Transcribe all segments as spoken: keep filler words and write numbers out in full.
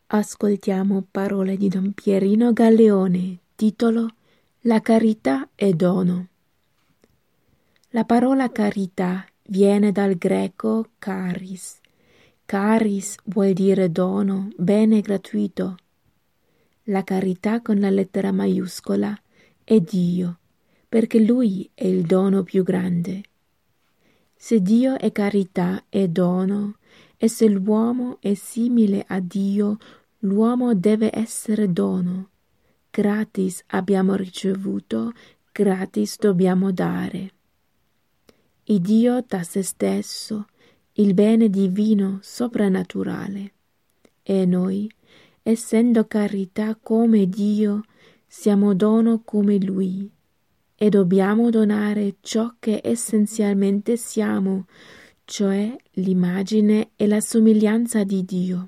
Ascoltiamo parole di Don Pierino Galeone, titolo La carità è dono. La parola carità viene dal greco charis. Charis vuol dire dono, bene gratuito. La carità con la lettera maiuscola è Dio, perché Lui è il dono più grande. Se Dio è carità e dono, e se l'uomo è simile a Dio, l'uomo deve essere dono. Gratis abbiamo ricevuto, gratis dobbiamo dare. Il Dio da se stesso, il bene divino soprannaturale. E noi, essendo carità come Dio, siamo dono come Lui. E dobbiamo donare ciò che essenzialmente siamo, cioè l'immagine e la somiglianza di Dio.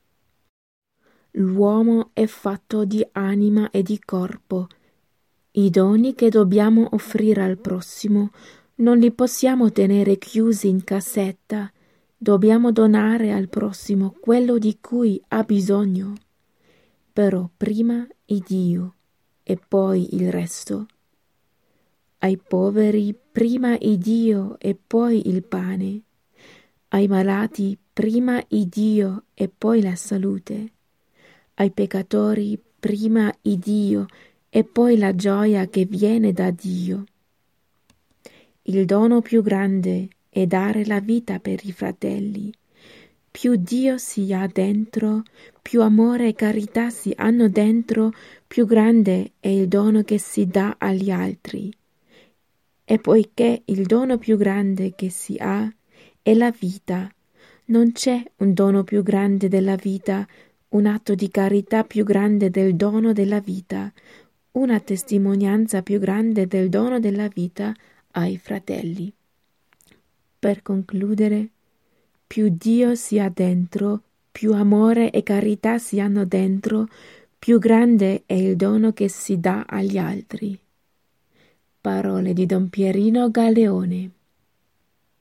L'uomo è fatto di anima e di corpo. I doni che dobbiamo offrire al prossimo non li possiamo tenere chiusi in cassetta, dobbiamo donare al prossimo quello di cui ha bisogno. Però prima il Dio e poi il resto. Ai poveri prima il Dio e poi il pane, ai malati prima il Dio e poi la salute, ai peccatori prima il Dio e poi la gioia che viene da Dio. Il dono più grande è dare la vita per i fratelli. Più Dio si ha dentro, più amore e carità si hanno dentro, più grande è il dono che si dà agli altri. E poiché il dono più grande che si ha è la vita, non c'è un dono più grande della vita, un atto di carità più grande del dono della vita, una testimonianza più grande del dono della vita ai fratelli. Per concludere, più Dio si ha dentro, più amore e carità si hanno dentro, più grande è il dono che si dà agli altri. Parole di Don Pierino Galeone.